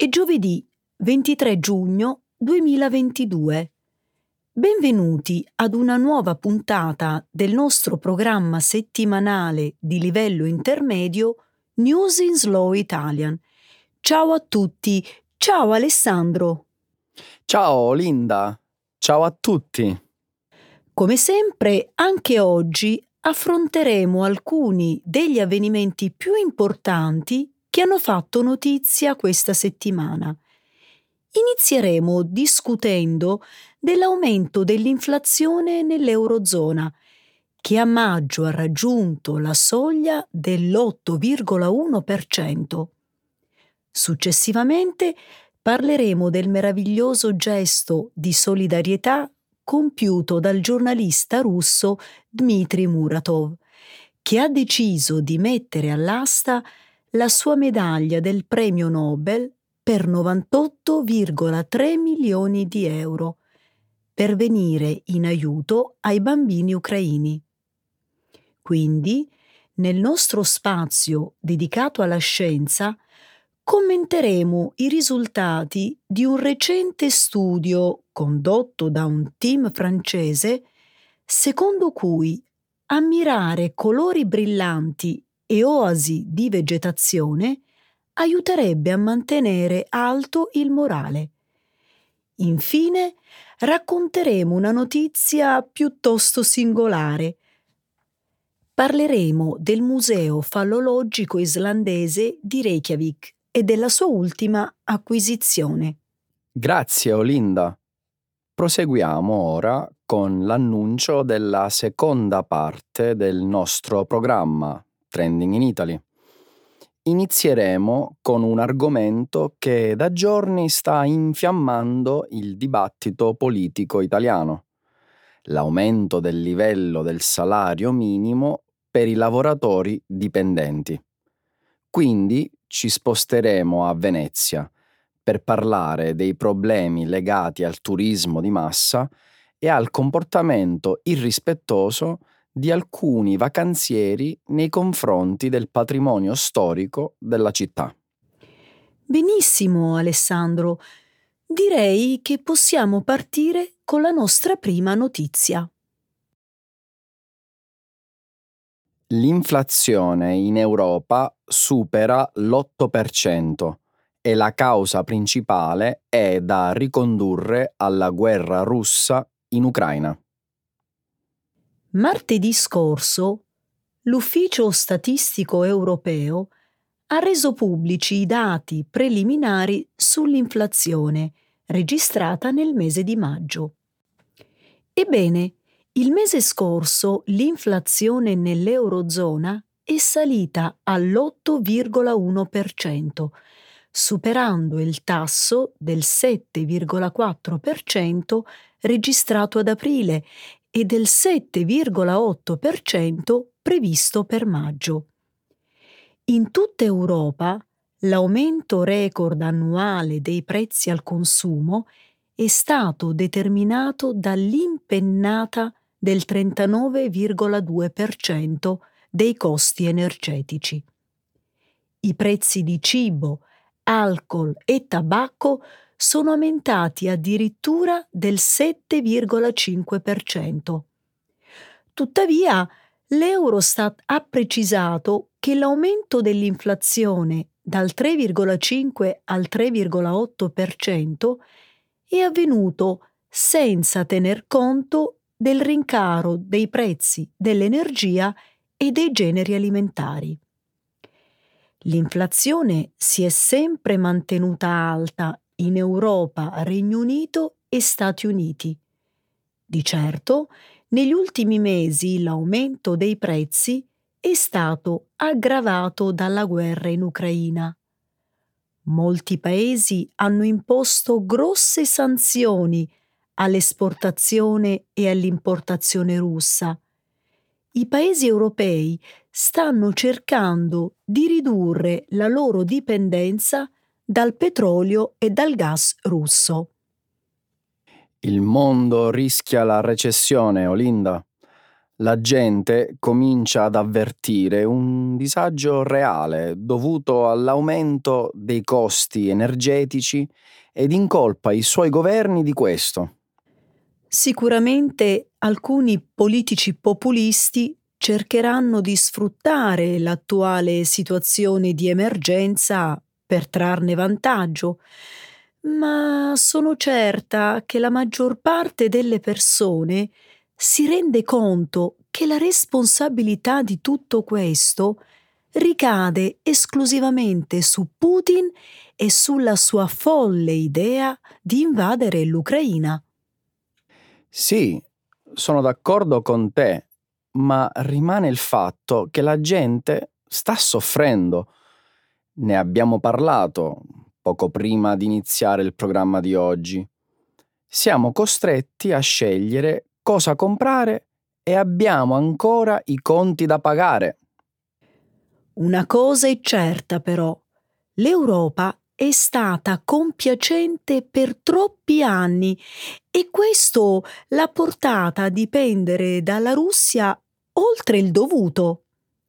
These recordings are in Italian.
È giovedì 23 giugno 2022. Benvenuti ad una nuova puntata del nostro programma settimanale di livello intermedio News in Slow Italian. Ciao a tutti, ciao Alessandro. Ciao Linda, ciao a tutti. Come sempre, anche oggi affronteremo alcuni degli avvenimenti più importanti che hanno fatto notizia questa settimana. Inizieremo discutendo dell'aumento dell'inflazione nell'Eurozona, che a maggio ha raggiunto la soglia dell'8,1%. Successivamente parleremo del meraviglioso gesto di solidarietà compiuto dal giornalista russo Dmitry Muratov, che ha deciso di mettere all'asta la sua medaglia del premio Nobel per 98,3 milioni di euro per venire in aiuto ai bambini ucraini. Quindi, nel nostro spazio dedicato alla scienza, commenteremo i risultati di un recente studio condotto da un team francese, secondo cui ammirare colori brillanti e oasi di vegetazione aiuterebbe a mantenere alto il morale. Infine, racconteremo una notizia piuttosto singolare. Parleremo del Museo Fallologico Islandese di Reykjavik e della sua ultima acquisizione. Grazie Olinda. Proseguiamo ora con l'annuncio della seconda parte del nostro programma Trending in Italy. Inizieremo con un argomento che da giorni sta infiammando il dibattito politico italiano: l'aumento del livello del salario minimo per i lavoratori dipendenti. Quindi ci sposteremo a Venezia per parlare dei problemi legati al turismo di massa e al comportamento irrispettoso di alcuni vacanzieri nei confronti del patrimonio storico della città. Benissimo, Alessandro. Direi che possiamo partire con la nostra prima notizia. L'inflazione in Europa supera l'8% e la causa principale è da ricondurre alla guerra russa in Ucraina. Martedì scorso, l'Ufficio Statistico Europeo ha reso pubblici i dati preliminari sull'inflazione registrata nel mese di maggio. Ebbene, il mese scorso l'inflazione nell'Eurozona è salita all'8,1%, superando il tasso del 7,4% registrato ad aprile e del 7,8% previsto per maggio. In tutta Europa, l'aumento record annuale dei prezzi al consumo è stato determinato dall'impennata del 39,2% dei costi energetici. I prezzi di cibo, alcol e tabacco sono aumentati addirittura del 7,5%. Tuttavia, l'Eurostat ha precisato che l'aumento dell'inflazione dal 3,5 al 3,8% è avvenuto senza tener conto del rincaro dei prezzi dell'energia e dei generi alimentari. L'inflazione si è sempre mantenuta alta in Europa, Regno Unito e Stati Uniti. Di certo, negli ultimi mesi l'aumento dei prezzi è stato aggravato dalla guerra in Ucraina. Molti paesi hanno imposto grosse sanzioni all'esportazione e all'importazione russa. I paesi europei stanno cercando di ridurre la loro dipendenza dal petrolio e dal gas russo. Il mondo rischia la recessione, Olinda. La gente comincia ad avvertire un disagio reale dovuto all'aumento dei costi energetici ed incolpa i suoi governi di questo. Sicuramente alcuni politici populisti cercheranno di sfruttare l'attuale situazione di emergenza per trarne vantaggio, ma sono certa che la maggior parte delle persone si rende conto che la responsabilità di tutto questo ricade esclusivamente su Putin e sulla sua folle idea di invadere l'Ucraina. Sì, sono d'accordo con te, ma rimane il fatto che la gente sta soffrendo. Ne abbiamo parlato poco prima di iniziare il programma di oggi. Siamo costretti a scegliere cosa comprare e abbiamo ancora i conti da pagare. Una cosa è certa però, l'Europa è stata compiacente per troppi anni e questo l'ha portata a dipendere dalla Russia oltre il dovuto.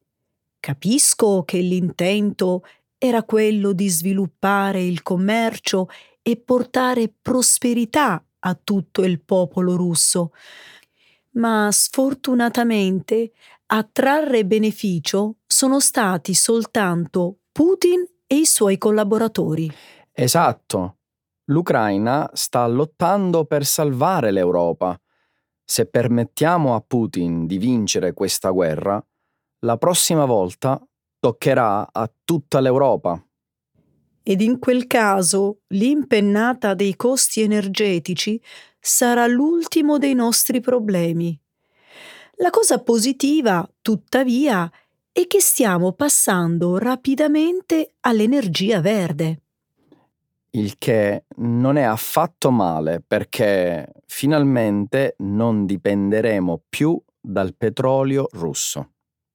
Capisco che l'intento era quello di sviluppare il commercio e portare prosperità a tutto il popolo russo, ma sfortunatamente a trarre beneficio sono stati soltanto Putin e i suoi collaboratori. Esatto. L'Ucraina sta lottando per salvare l'Europa. Se permettiamo a Putin di vincere questa guerra, la prossima volta toccherà a tutta l'Europa. Ed in quel caso l'impennata dei costi energetici sarà l'ultimo dei nostri problemi. La cosa positiva, tuttavia, è che stiamo passando rapidamente all'energia verde. Il che non è affatto male perché finalmente non dipenderemo più dal petrolio russo.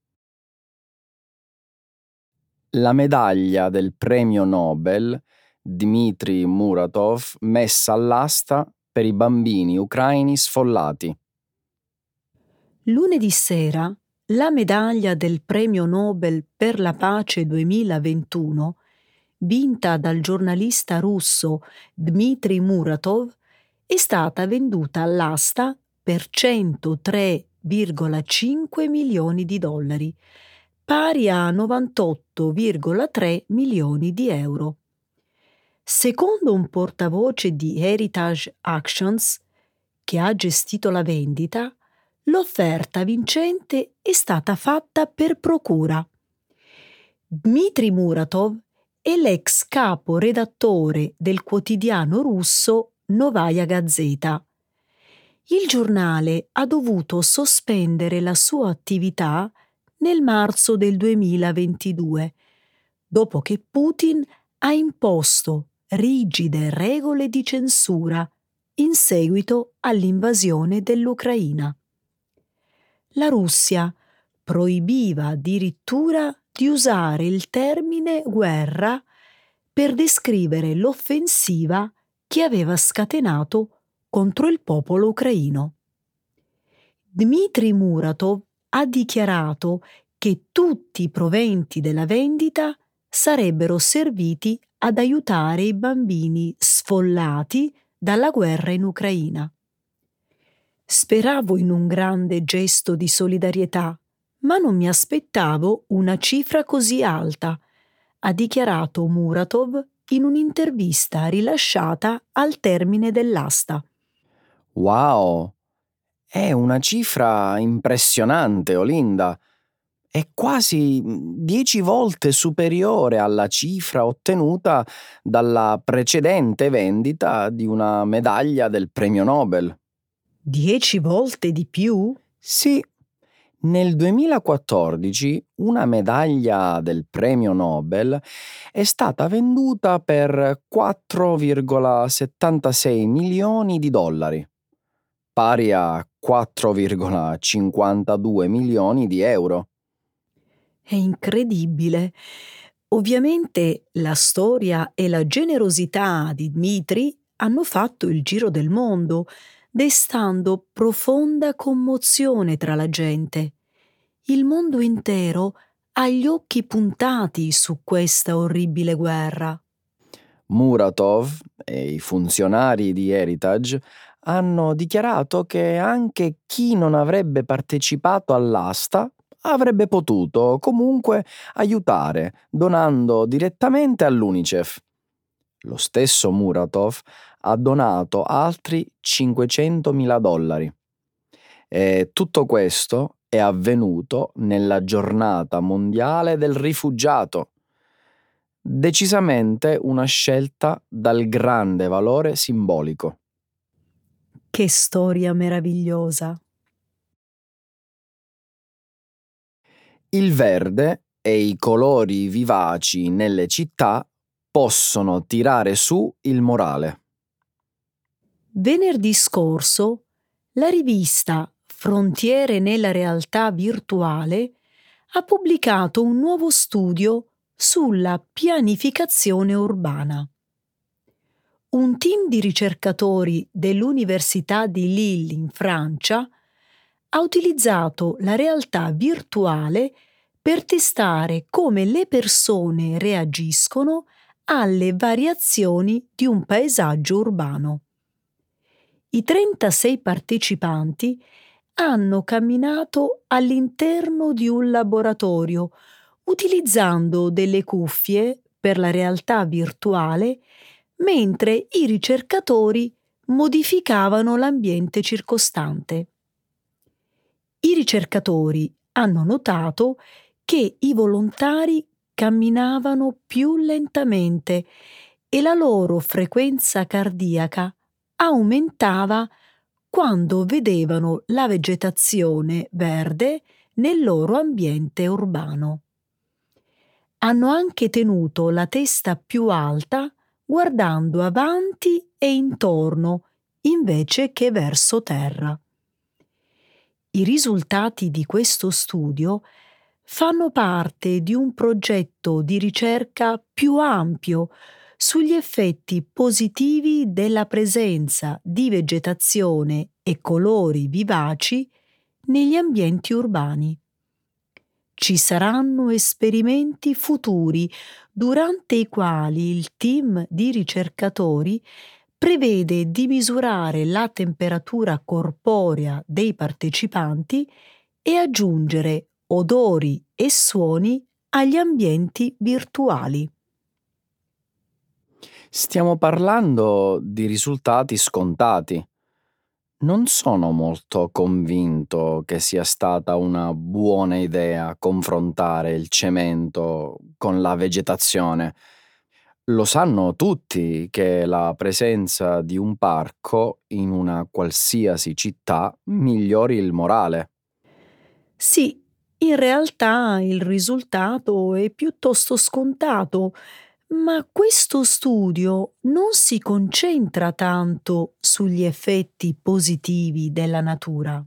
La medaglia del premio Nobel Dmitry Muratov messa all'asta per i bambini ucraini sfollati. Lunedì sera, la medaglia del Premio Nobel per la pace 2021, vinta dal giornalista russo Dmitry Muratov, è stata venduta all'asta per 103,5 milioni di dollari, pari a 98,3 milioni di euro. Secondo un portavoce di Heritage Actions, che ha gestito la vendita, l'offerta vincente è stata fatta per procura. Dmitry Muratov è l'ex capo redattore del quotidiano russo Novaya Gazeta. Il giornale ha dovuto sospendere la sua attività nel marzo del 2022, dopo che Putin ha imposto rigide regole di censura in seguito all'invasione dell'Ucraina. La Russia proibiva addirittura di usare il termine guerra per descrivere l'offensiva che aveva scatenato contro il popolo ucraino. Dmitry Muratov ha dichiarato che tutti i proventi della vendita sarebbero serviti ad aiutare i bambini sfollati dalla guerra in Ucraina. Speravo in un grande gesto di solidarietà, ma non mi aspettavo una cifra così alta, ha dichiarato Muratov in un'intervista rilasciata al termine dell'asta. Wow! È una cifra impressionante, Olinda. È quasi 10 volte superiore alla cifra ottenuta dalla precedente vendita di una medaglia del premio Nobel. 10 volte di più? Sì, nel 2014 una medaglia del premio Nobel è stata venduta per 4,76 milioni di dollari, pari a 4,52 milioni di euro. È incredibile. Ovviamente la storia e la generosità di Dmitry hanno fatto il giro del mondo, destando profonda commozione tra la gente. Il mondo intero ha gli occhi puntati su questa orribile guerra. Muratov e i funzionari di Heritage hanno dichiarato che anche chi non avrebbe partecipato all'asta avrebbe potuto comunque aiutare donando direttamente all'UNICEF. Lo stesso Muratov ha donato altri $500.000. E tutto questo è avvenuto nella giornata mondiale del rifugiato. Decisamente una scelta dal grande valore simbolico. Che storia meravigliosa! Il verde e i colori vivaci nelle città possono tirare su il morale. Venerdì scorso la rivista Frontiere nella realtà virtuale ha pubblicato un nuovo studio sulla pianificazione urbana. Un team di ricercatori dell'Università di Lille in Francia ha utilizzato la realtà virtuale per testare come le persone reagiscono alle variazioni di un paesaggio urbano. I 36 partecipanti hanno camminato all'interno di un laboratorio utilizzando delle cuffie per la realtà virtuale mentre i ricercatori modificavano l'ambiente circostante. I ricercatori hanno notato che i volontari camminavano più lentamente e la loro frequenza cardiaca aumentava quando vedevano la vegetazione verde nel loro ambiente urbano. Hanno anche tenuto la testa più alta guardando avanti e intorno invece che verso terra. I risultati di questo studio fanno parte di un progetto di ricerca più ampio sugli effetti positivi della presenza di vegetazione e colori vivaci negli ambienti urbani. Ci saranno esperimenti futuri durante i quali il team di ricercatori prevede di misurare la temperatura corporea dei partecipanti e aggiungere odori e suoni agli ambienti virtuali. Stiamo parlando di risultati scontati. Non sono molto convinto che sia stata una buona idea confrontare il cemento con la vegetazione. Lo sanno tutti che la presenza di un parco in una qualsiasi città migliori il morale. Sì, in realtà il risultato è piuttosto scontato, ma questo studio non si concentra tanto sugli effetti positivi della natura.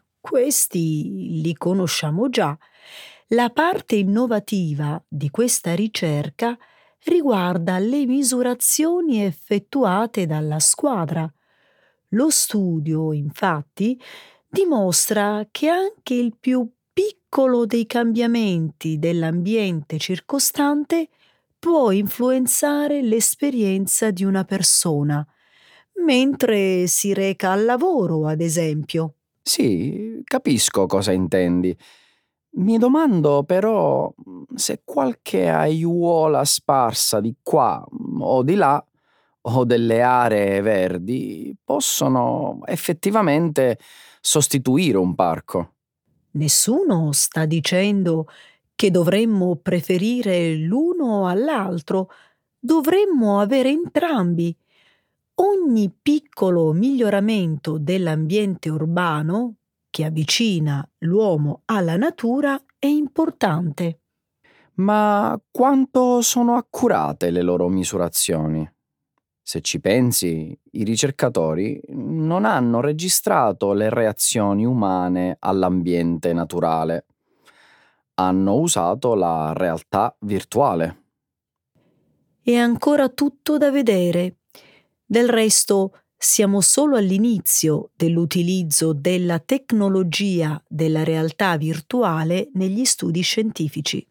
Questi li conosciamo già. La parte innovativa di questa ricerca riguarda le misurazioni effettuate dalla squadra. Lo studio, infatti, dimostra che anche il più piccolo dei cambiamenti dell'ambiente circostante può influenzare l'esperienza di una persona, mentre si reca al lavoro, ad esempio. Sì, capisco cosa intendi. Mi domando però se qualche aiuola sparsa di qua o di là o delle aree verdi possono effettivamente sostituire un parco. Nessuno sta dicendo che dovremmo preferire l'uno all'altro, dovremmo avere entrambi. Ogni piccolo miglioramento dell'ambiente urbano che avvicina l'uomo alla natura è importante. Ma quanto sono accurate le loro misurazioni? Se ci pensi, i ricercatori non hanno registrato le reazioni umane all'ambiente naturale. Hanno usato la realtà virtuale. È ancora tutto da vedere. Del resto, siamo solo all'inizio dell'utilizzo della tecnologia della realtà virtuale negli studi scientifici.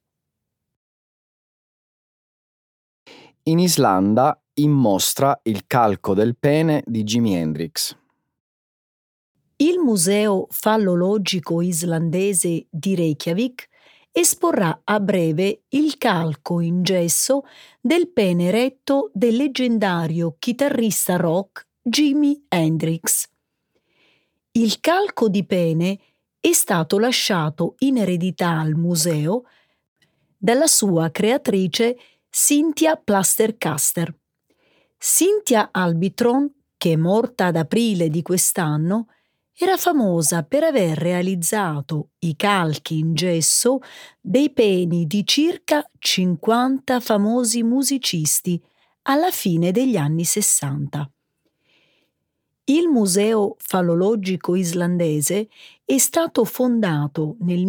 In Islanda in mostra il calco del pene di Jimi Hendrix. Il Museo Fallologico Islandese di Reykjavik esporrà a breve il calco in gesso del pene eretto del leggendario chitarrista rock Jimi Hendrix. Il calco di pene è stato lasciato in eredità al museo dalla sua creatrice Cynthia Plastercaster. Cynthia Albitron, che è morta ad aprile di quest'anno, era famosa per aver realizzato i calchi in gesso dei peni di circa 50 famosi musicisti alla fine degli anni 60. Il Museo Fallologico Islandese è stato fondato nel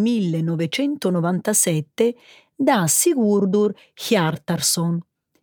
1997 da Sigurdur Hjartarson.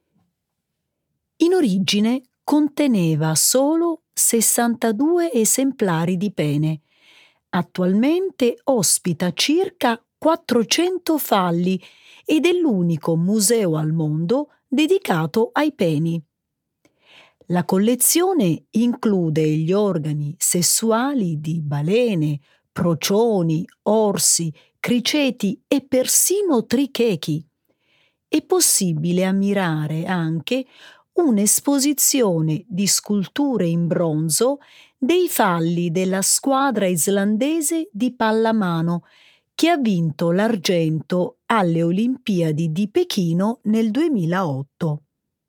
In origine conteneva solo 62 esemplari di pene. Attualmente ospita circa 400 falli ed è l'unico museo al mondo dedicato ai peni. La collezione include gli organi sessuali di balene, procioni, orsi, criceti e persino trichechi. È possibile ammirare anche un'esposizione di sculture in bronzo dei falli della squadra islandese di pallamano che ha vinto l'argento alle Olimpiadi di Pechino nel 2008.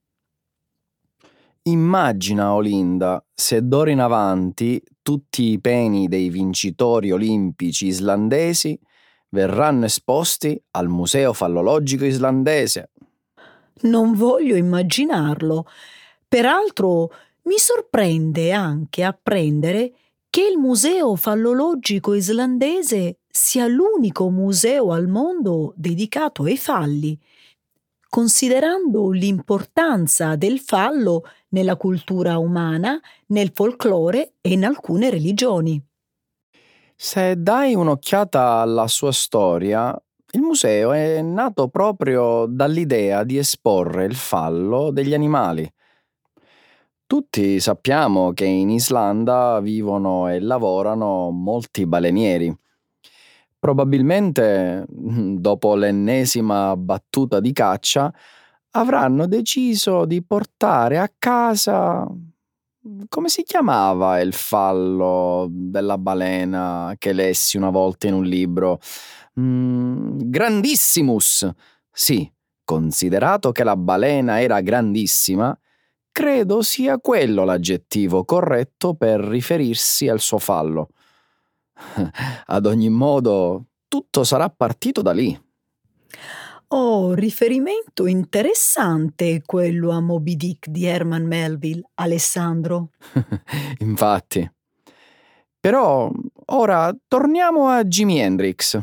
Immagina, Olinda, se d'ora in avanti tutti i peni dei vincitori olimpici islandesi verranno esposti al Museo Fallologico Islandese. Non voglio immaginarlo. Peraltro mi sorprende anche apprendere che il Museo Fallologico Islandese sia l'unico museo al mondo dedicato ai falli, considerando l'importanza del fallo nella cultura umana, nel folklore e in alcune religioni. Se dai un'occhiata alla sua storia, il museo è nato proprio dall'idea di esporre il fallo degli animali. Tutti sappiamo che in Islanda vivono e lavorano molti balenieri. Probabilmente, dopo l'ennesima battuta di caccia, avranno deciso di portare a casa. Come si chiamava il fallo della balena che lessi una volta in un libro? Grandissimus! Sì, considerato che la balena era grandissima, credo sia quello l'aggettivo corretto per riferirsi al suo fallo. Ad ogni modo, tutto sarà partito da lì. Oh, riferimento interessante quello a Moby Dick di Herman Melville, Alessandro. Infatti. Però ora torniamo a Jimi Hendrix.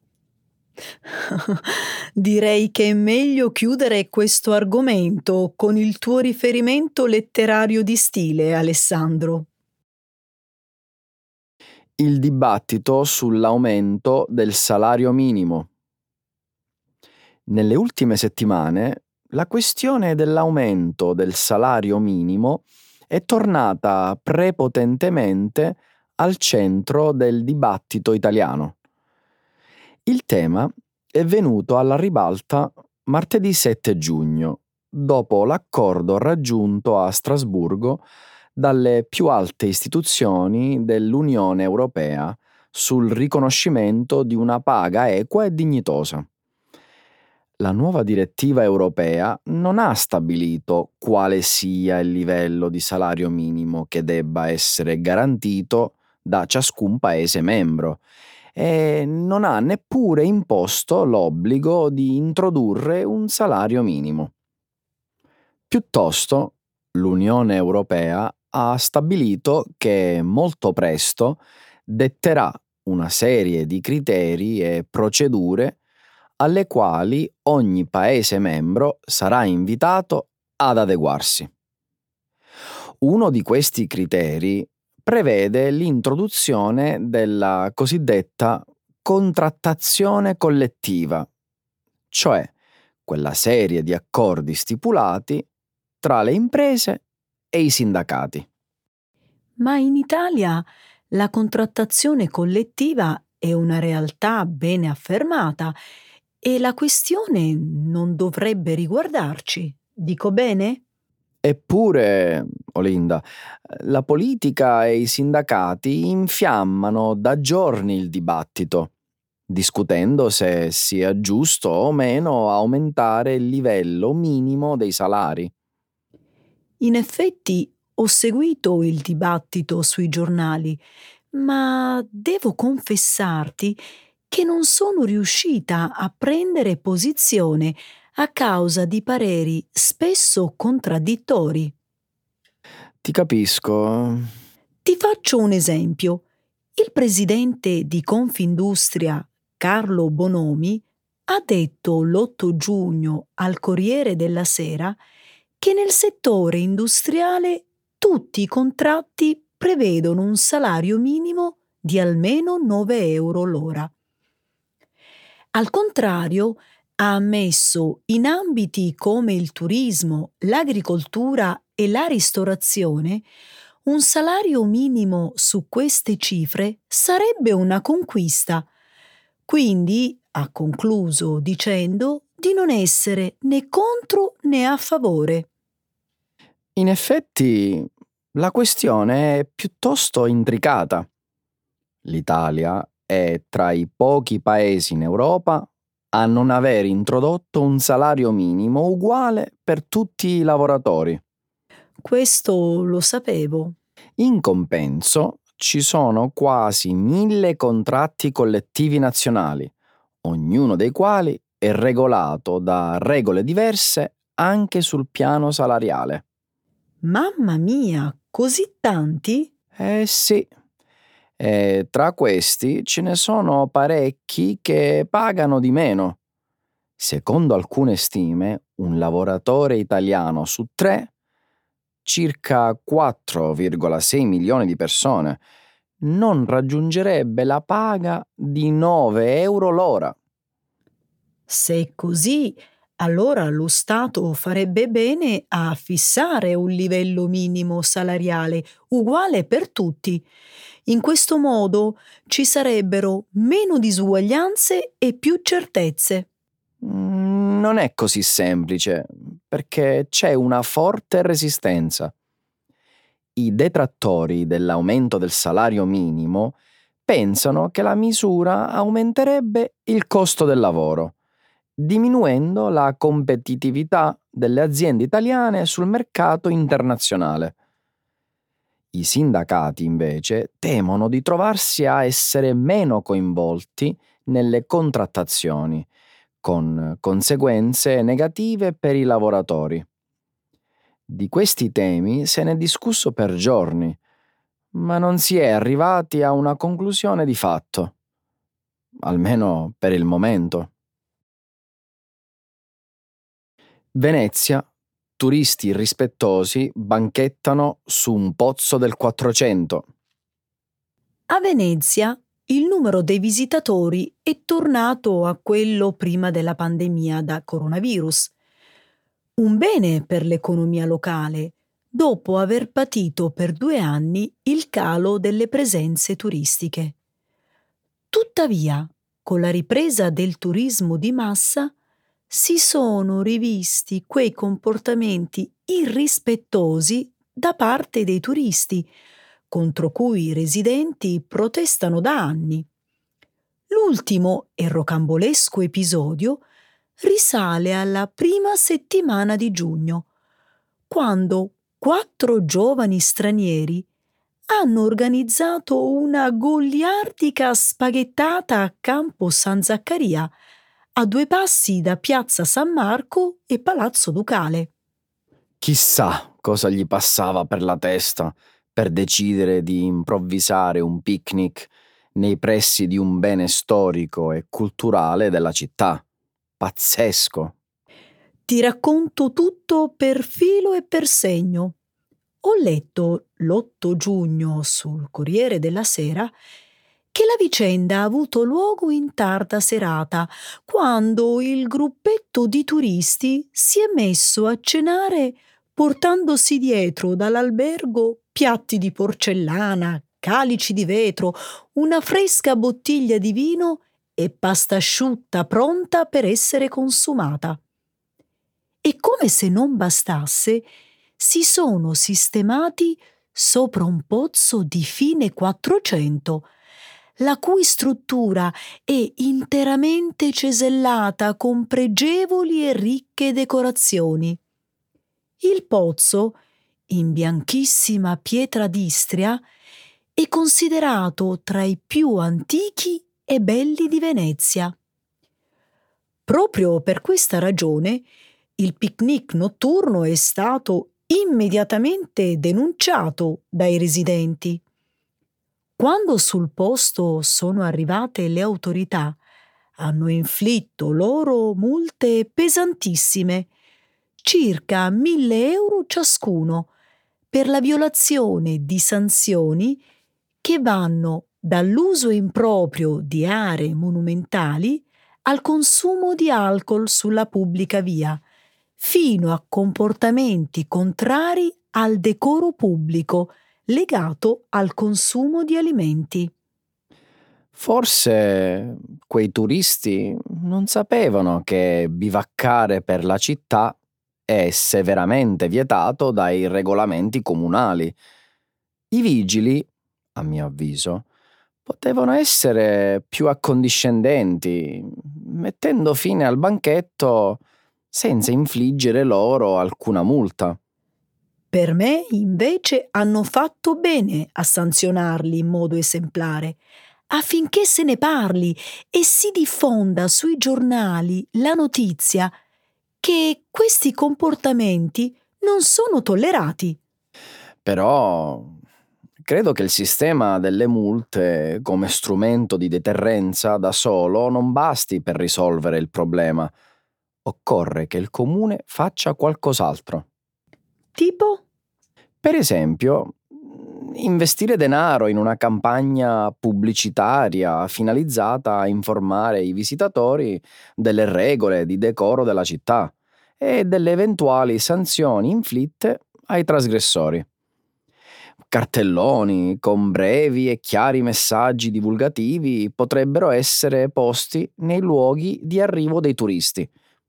Direi che è meglio chiudere questo argomento con il tuo riferimento letterario di stile, Alessandro. Il dibattito sull'aumento del salario minimo. Nelle ultime settimane la questione dell'aumento del salario minimo è tornata prepotentemente al centro del dibattito italiano. Il tema è venuto alla ribalta martedì 7 giugno, dopo l'accordo raggiunto a Strasburgo dalle più alte istituzioni dell'Unione Europea sul riconoscimento di una paga equa e dignitosa. La nuova direttiva europea non ha stabilito quale sia il livello di salario minimo che debba essere garantito da ciascun Paese membro e non ha neppure imposto l'obbligo di introdurre un salario minimo. Piuttosto, l'Unione Europea ha stabilito che molto presto detterà una serie di criteri e procedure alle quali ogni Paese membro sarà invitato ad adeguarsi. Uno di questi criteri prevede l'introduzione della cosiddetta contrattazione collettiva, cioè quella serie di accordi stipulati tra le imprese e i sindacati. Ma in Italia la contrattazione collettiva è una realtà bene affermata e la questione non dovrebbe riguardarci. Dico bene? Eppure, Olinda, la politica e i sindacati infiammano da giorni il dibattito, discutendo se sia giusto o meno aumentare il livello minimo dei salari. In effetti ho seguito il dibattito sui giornali, ma devo confessarti che non sono riuscita a prendere posizione a causa di pareri spesso contraddittori. Ti capisco. Ti faccio un esempio. Il presidente di Confindustria, Carlo Bonomi, ha detto l'8 giugno al Corriere della Sera che nel settore industriale tutti i contratti prevedono un salario minimo di almeno 9 euro l'ora. Al contrario, ha ammesso in ambiti come il turismo, l'agricoltura e la ristorazione un salario minimo su queste cifre sarebbe una conquista. Quindi ha concluso dicendo di non essere né contro né a favore. In effetti, la questione è piuttosto intricata. L'Italia è tra i pochi paesi in Europa a non aver introdotto un salario minimo uguale per tutti i lavoratori. Questo lo sapevo. In compenso, ci sono quasi 1000 contratti collettivi nazionali, ognuno dei quali è regolato da regole diverse anche sul piano salariale. Mamma mia, così tanti? Eh sì, e tra questi ce ne sono parecchi che pagano di meno. Secondo alcune stime, un lavoratore italiano su tre, circa 4,6 milioni di persone, non raggiungerebbe la paga di 9 euro l'ora. Se è così, allora lo Stato farebbe bene a fissare un livello minimo salariale uguale per tutti. In questo modo ci sarebbero meno disuguaglianze e più certezze. Non è così semplice, perché c'è una forte resistenza. I detrattori dell'aumento del salario minimo pensano che la misura aumenterebbe il costo del lavoro, diminuendo la competitività delle aziende italiane sul mercato internazionale. I sindacati, invece, temono di trovarsi a essere meno coinvolti nelle contrattazioni, con conseguenze negative per i lavoratori. Di questi temi se n'è discusso per giorni, ma non si è arrivati a una conclusione di fatto, almeno per il momento. Venezia, turisti irrispettosi banchettano su un pozzo del 400. A Venezia il numero dei visitatori è tornato a quello prima della pandemia da coronavirus. Un bene per l'economia locale, dopo aver patito per 2 anni il calo delle presenze turistiche. Tuttavia, con la ripresa del turismo di massa, si sono rivisti quei comportamenti irrispettosi da parte dei turisti, contro cui i residenti protestano da anni. L'ultimo e rocambolesco episodio risale alla prima settimana di giugno, quando 4 giovani stranieri hanno organizzato una goliardica spaghettata a Campo San Zaccaria, a 2 passi da Piazza San Marco e Palazzo Ducale. Chissà cosa gli passava per la testa per decidere di improvvisare un picnic nei pressi di un bene storico e culturale della città. Pazzesco! Ti racconto tutto per filo e per segno. Ho letto l'8 giugno sul Corriere della Sera che la vicenda ha avuto luogo in tarda serata, quando il gruppetto di turisti si è messo a cenare portandosi dietro dall'albergo piatti di porcellana, calici di vetro, una fresca bottiglia di vino e pasta asciutta pronta per essere consumata. E come se non bastasse, si sono sistemati sopra un pozzo di fine 400, la cui struttura è interamente cesellata con pregevoli e ricche decorazioni. Il pozzo, in bianchissima pietra d'Istria, è considerato tra i più antichi e belli di Venezia. Proprio per questa ragione, il picnic notturno è stato immediatamente denunciato dai residenti. Quando sul posto sono arrivate le autorità, hanno inflitto loro multe pesantissime, circa 1.000 euro ciascuno, per la violazione di sanzioni che vanno dall'uso improprio di aree monumentali al consumo di alcol sulla pubblica via, fino a comportamenti contrari al decoro pubblico legato al consumo di alimenti. Forse quei turisti non sapevano che bivaccare per la città è severamente vietato dai regolamenti comunali. I vigili, a mio avviso, potevano essere più accondiscendenti, mettendo fine al banchetto senza infliggere loro alcuna multa. Per me, invece, hanno fatto bene a sanzionarli in modo esemplare, affinché se ne parli e si diffonda sui giornali la notizia che questi comportamenti non sono tollerati. Però credo che il sistema delle multe come strumento di deterrenza da solo non basti per risolvere il problema. Occorre che il comune faccia qualcos'altro. Tipo? Per esempio, investire denaro in una campagna pubblicitaria finalizzata a informare i visitatori delle regole di decoro della città e delle eventuali sanzioni inflitte ai trasgressori. Cartelloni con brevi e chiari messaggi divulgativi potrebbero essere posti nei luoghi di arrivo dei turisti,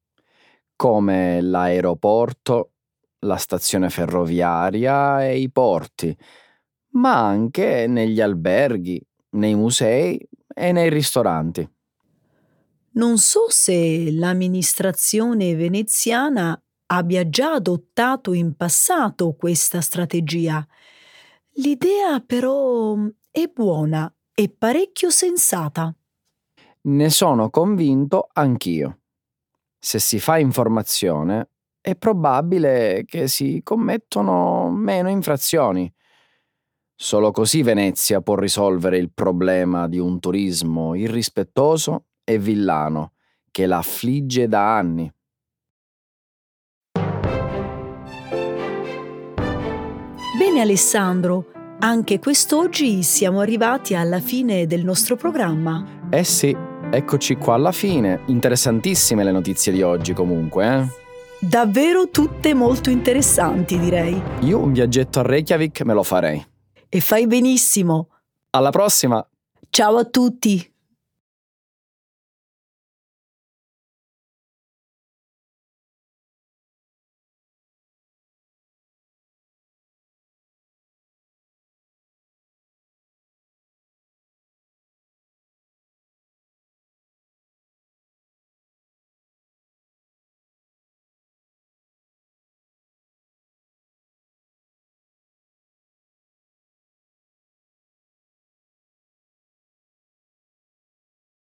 come l'aeroporto, la stazione ferroviaria e i porti, ma anche negli alberghi, nei musei e nei ristoranti. Non so se l'amministrazione veneziana abbia già adottato in passato questa strategia. L'idea però è buona e parecchio sensata. Ne sono convinto anch'io. Se si fa informazione, è probabile che si commettono meno infrazioni. Solo così Venezia può risolvere il problema di un turismo irrispettoso e villano che la affligge da anni. Bene Alessandro, anche quest'oggi siamo arrivati alla fine del nostro programma. Eh sì, eccoci qua alla fine. Interessantissime le notizie di oggi comunque, Davvero tutte molto interessanti, direi. Io un viaggetto a Reykjavik me lo farei. E fai benissimo. Alla prossima! Ciao a tutti!